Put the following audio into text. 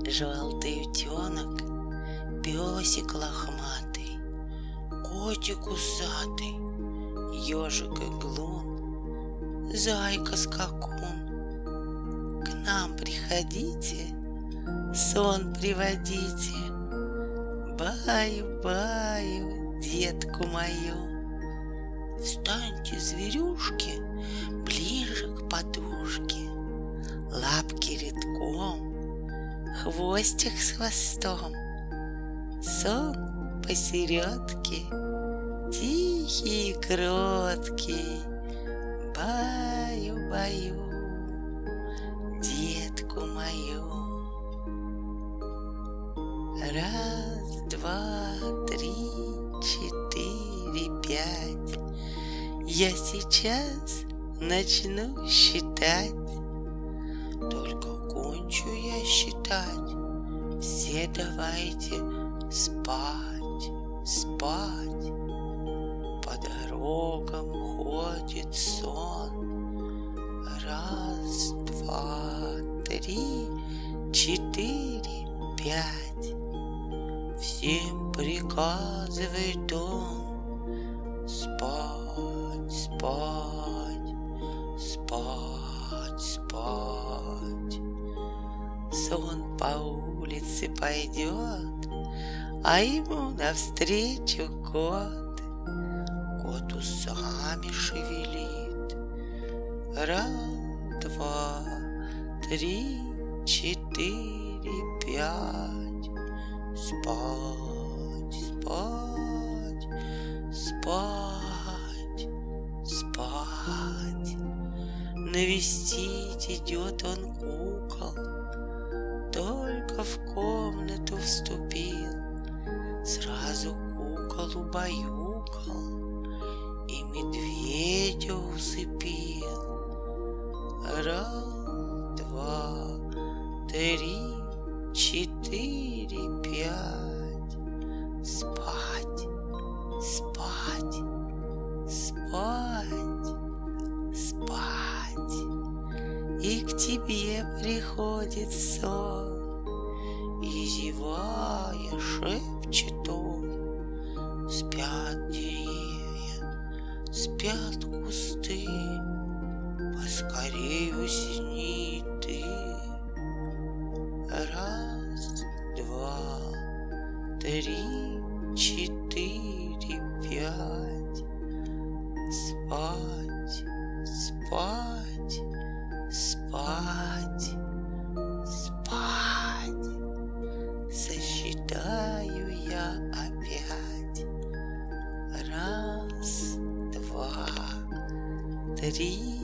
желтый утенок, песик лохматый, котик усатый, ежик иглун, зайка-скакун. К нам приходите, сон приводите, баю-баю, детку мою. Встаньте, зверюшки, ближе к подушке, лапки редком, хвостик с хвостом. Сон посередке, тихий и кроткий, баю-баю, детку мою. Раз, два, три, четыре, пять. Я сейчас начну считать. Только кончу я считать, все давайте спать, спать. По дорогам ходит сон. Раз, два, три, четыре, пять. Всем приказывает он спать, спать, спать, спать. Сон по улице пойдет, а ему навстречу кот. Кот усами шевелит. Раз, два, три, четыре, пять. Спать, спать, спать, спать. Навестить идет он кукол, только в комнату вступил, сразу кукол убаюкал и медведя усыпил. Раз, два, три, четыре, пять. Спать, спать, спать, спать. И к тебе приходит сон, и зевая шепчет он: спят деревья, спят кусты, поскорей усни ты. Раз, два, три, четыре, пять. Спать, спать, спать, спать. Сосчитаю я опять. Раз, два, три,